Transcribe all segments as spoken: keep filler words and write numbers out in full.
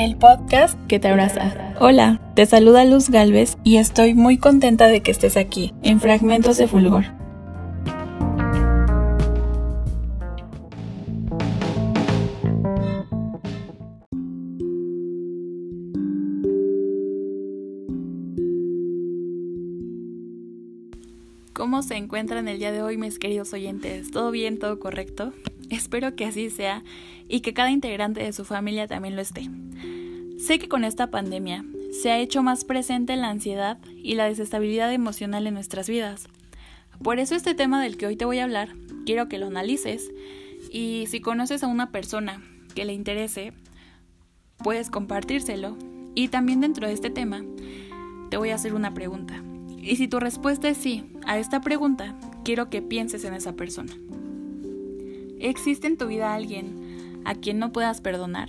el podcast que te abraza. Hola, te saluda Luz Galvez y estoy muy contenta de que estés aquí, en Fragmentos de Fulgor. ¿Cómo se encuentran el día de hoy, mis queridos oyentes? ¿Todo bien? ¿Todo correcto? Espero que así sea y que cada integrante de su familia también lo esté. Sé que con esta pandemia se ha hecho más presente la ansiedad y la desestabilidad emocional en nuestras vidas. Por eso este tema del que hoy te voy a hablar, quiero que lo analices y si conoces a una persona que le interese, puedes compartírselo. Y también dentro de este tema, te voy a hacer una pregunta. Y si tu respuesta es sí a esta pregunta, quiero que pienses en esa persona. ¿Existe en tu vida alguien a quien no puedas perdonar?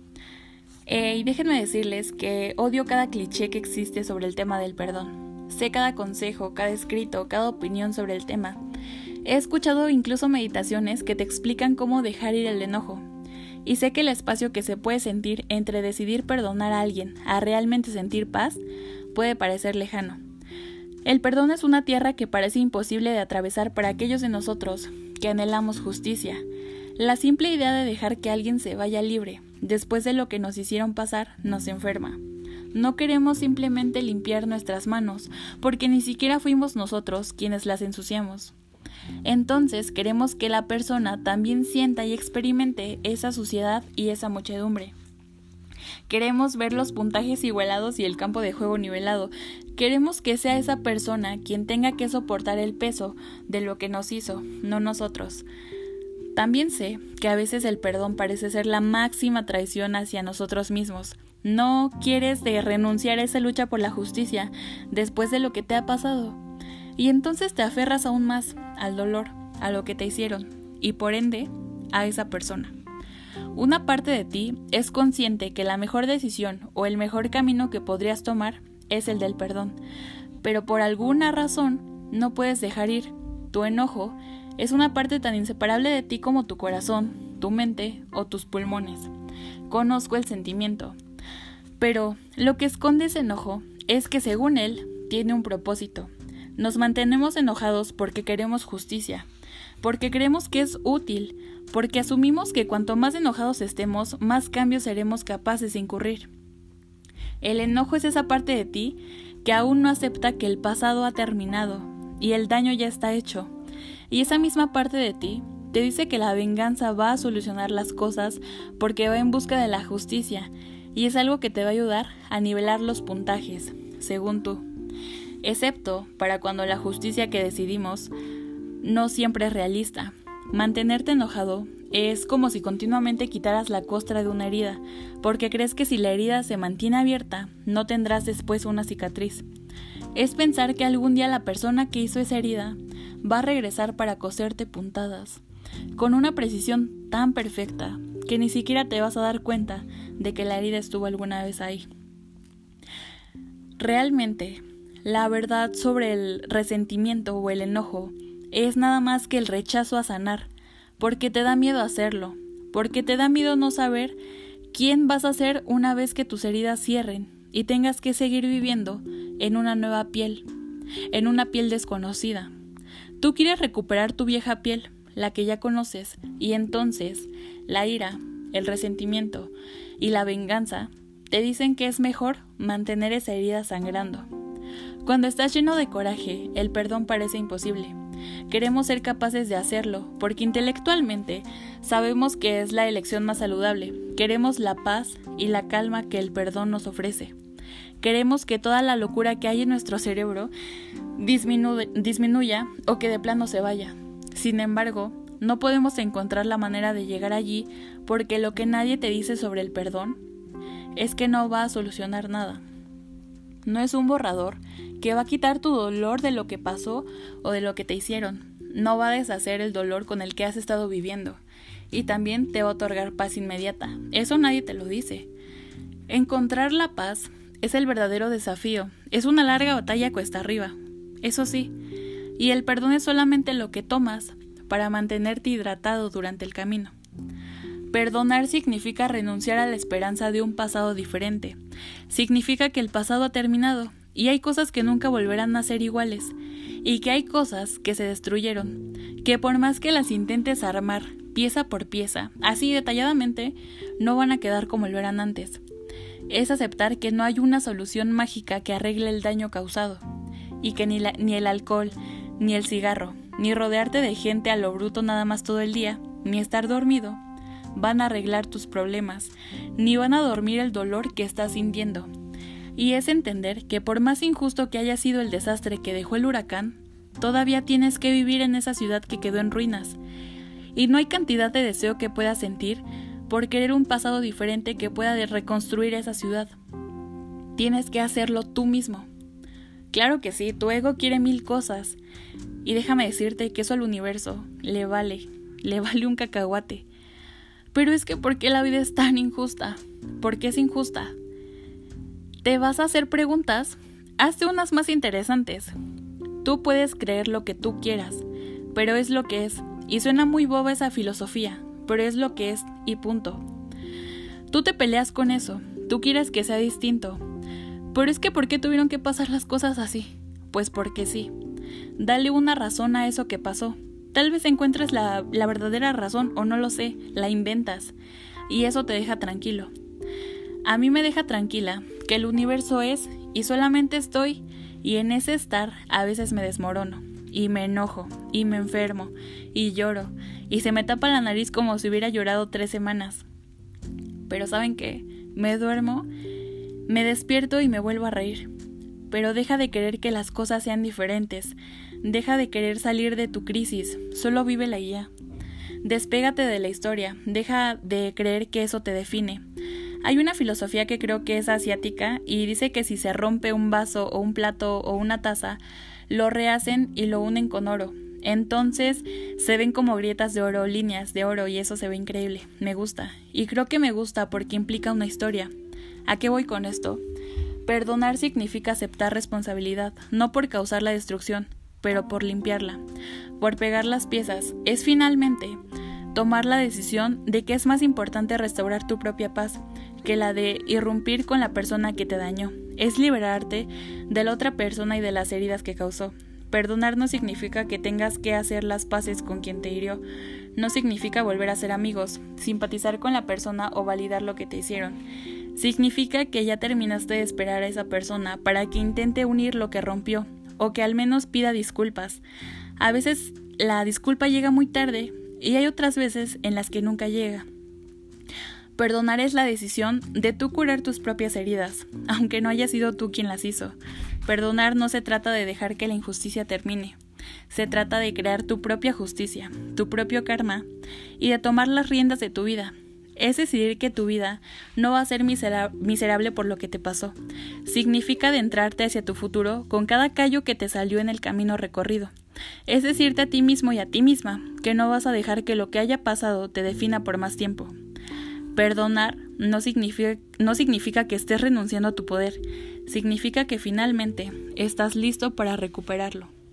Eh, y déjenme decirles que odio cada cliché que existe sobre el tema del perdón. Sé cada consejo, cada escrito, cada opinión sobre el tema. He escuchado incluso meditaciones que te explican cómo dejar ir el enojo. Y sé que el espacio que se puede sentir entre decidir perdonar a alguien a realmente sentir paz puede parecer lejano. El perdón es una tierra que parece imposible de atravesar para aquellos de nosotros que anhelamos justicia. La simple idea de dejar que alguien se vaya libre después de lo que nos hicieron pasar nos enferma. No queremos simplemente limpiar nuestras manos, porque ni siquiera fuimos nosotros quienes las ensuciamos. Entonces queremos que la persona también sienta y experimente esa suciedad y esa muchedumbre. Queremos ver los puntajes igualados y el campo de juego nivelado. Queremos que sea esa persona quien tenga que soportar el peso de lo que nos hizo, no nosotros. También sé que a veces el perdón parece ser la máxima traición hacia nosotros mismos. No quieres de renunciar a esa lucha por la justicia después de lo que te ha pasado. Y entonces te aferras aún más al dolor, a lo que te hicieron, y por ende, a esa persona. Una parte de ti es consciente que la mejor decisión o el mejor camino que podrías tomar es el del perdón, pero por alguna razón no puedes dejar ir. Tu enojo es una parte tan inseparable de ti como tu corazón, tu mente o tus pulmones. Conozco el sentimiento, pero lo que esconde ese enojo es que según él tiene un propósito. Nos mantenemos enojados porque queremos justicia, porque creemos que es útil, porque asumimos que cuanto más enojados estemos, más cambios seremos capaces de incurrir. El enojo es esa parte de ti que aún no acepta que el pasado ha terminado y el daño ya está hecho. Y esa misma parte de ti te dice que la venganza va a solucionar las cosas porque va en busca de la justicia y es algo que te va a ayudar a nivelar los puntajes, según tú. Excepto para cuando la justicia que decidimos no siempre es realista. Mantenerte enojado es como si continuamente quitaras la costra de una herida, porque crees que si la herida se mantiene abierta, no tendrás después una cicatriz. Es pensar que algún día la persona que hizo esa herida va a regresar para coserte puntadas, con una precisión tan perfecta que ni siquiera te vas a dar cuenta de que la herida estuvo alguna vez ahí. Realmente, la verdad sobre el resentimiento o el enojo es nada más que el rechazo a sanar, porque te da miedo hacerlo, porque te da miedo no saber quién vas a ser una vez que tus heridas cierren y tengas que seguir viviendo en una nueva piel, en una piel desconocida. Tú quieres recuperar tu vieja piel, la que ya conoces, y entonces la ira, el resentimiento y la venganza te dicen que es mejor mantener esa herida sangrando. Cuando estás lleno de coraje, el perdón parece imposible. Queremos ser capaces de hacerlo, porque intelectualmente sabemos que es la elección más saludable. Queremos la paz y la calma que el perdón nos ofrece. Queremos que toda la locura que hay en nuestro cerebro disminu- disminuya o que de plano se vaya. Sin embargo, no podemos encontrar la manera de llegar allí porque lo que nadie te dice sobre el perdón es que no va a solucionar nada. No es un borrador que va a quitar tu dolor de lo que pasó o de lo que te hicieron. No va a deshacer el dolor con el que has estado viviendo. Y también te va a otorgar paz inmediata. Eso nadie te lo dice. Encontrar la paz es el verdadero desafío. Es una larga batalla cuesta arriba. Eso sí. Y el perdón es solamente lo que tomas para mantenerte hidratado durante el camino. Perdonar significa renunciar a la esperanza de un pasado diferente. Significa que el pasado ha terminado y hay cosas que nunca volverán a ser iguales, y que hay cosas que se destruyeron, que por más que las intentes armar pieza por pieza, así detalladamente, no van a quedar como lo eran antes. Es aceptar que no hay una solución mágica que arregle el daño causado, y que ni, la, ni el alcohol, ni el cigarro, ni rodearte de gente a lo bruto nada más todo el día, ni estar dormido, van a arreglar tus problemas, ni van a dormir el dolor que estás sintiendo. Y es entender que por más injusto que haya sido el desastre que dejó el huracán, todavía tienes que vivir en esa ciudad que quedó en ruinas. Y no hay cantidad de deseo que puedas sentir por querer un pasado diferente que pueda reconstruir esa ciudad. Tienes que hacerlo tú mismo. Claro que sí, tu ego quiere mil cosas. Y déjame decirte que eso al universo le vale, le vale un cacahuate. Pero es que ¿por qué la vida es tan injusta? ¿Por qué es injusta? ¿Te vas a hacer preguntas? Hazte unas más interesantes. Tú puedes creer lo que tú quieras, pero es lo que es. Y suena muy boba esa filosofía, pero es lo que es y punto. Tú te peleas con eso, tú quieres que sea distinto. Pero es que ¿por qué tuvieron que pasar las cosas así? Pues porque sí. Dale una razón a eso que pasó. Tal vez encuentres la, la verdadera razón o no lo sé, la inventas. Y eso te deja tranquilo. A mí me deja tranquila que el universo es y solamente estoy, y en ese estar a veces me desmorono, y me enojo, y me enfermo, y lloro, y se me tapa la nariz como si hubiera llorado tres semanas. Pero ¿saben qué? Me duermo, me despierto y me vuelvo a reír. Pero deja de querer que las cosas sean diferentes, deja de querer salir de tu crisis, solo vívela y ya. Despégate de la historia, deja de creer que eso te define. Hay una filosofía que creo que es asiática y dice que si se rompe un vaso o un plato o una taza, lo rehacen y lo unen con oro. Entonces se ven como grietas de oro, líneas de oro, y eso se ve increíble. Me gusta. Y creo que me gusta porque implica una historia. ¿A qué voy con esto? Perdonar significa aceptar responsabilidad, no por causar la destrucción, pero por limpiarla, por pegar las piezas. Es finalmente tomar la decisión de que es más importante restaurar tu propia paz que la de irrumpir con la persona que te dañó. Es liberarte de la otra persona y de las heridas que causó. Perdonar no significa que tengas que hacer las paces con quien te hirió. No significa volver a ser amigos, simpatizar con la persona o validar lo que te hicieron. Significa que ya terminaste de esperar a esa persona para que intente unir lo que rompió, o que al menos pida disculpas. A veces la disculpa llega muy tarde y hay otras veces en las que nunca llega. Perdonar es la decisión de tú curar tus propias heridas, aunque no haya sido tú quien las hizo. Perdonar no se trata de dejar que la injusticia termine. Se trata de crear tu propia justicia, tu propio karma, y de tomar las riendas de tu vida. Es decidir que tu vida no va a ser misera- miserable por lo que te pasó. Significa adentrarte hacia tu futuro con cada callo que te salió en el camino recorrido. Es decirte a ti mismo y a ti misma que no vas a dejar que lo que haya pasado te defina por más tiempo. Perdonar no significa, no significa que estés renunciando a tu poder, significa que finalmente estás listo para recuperarlo.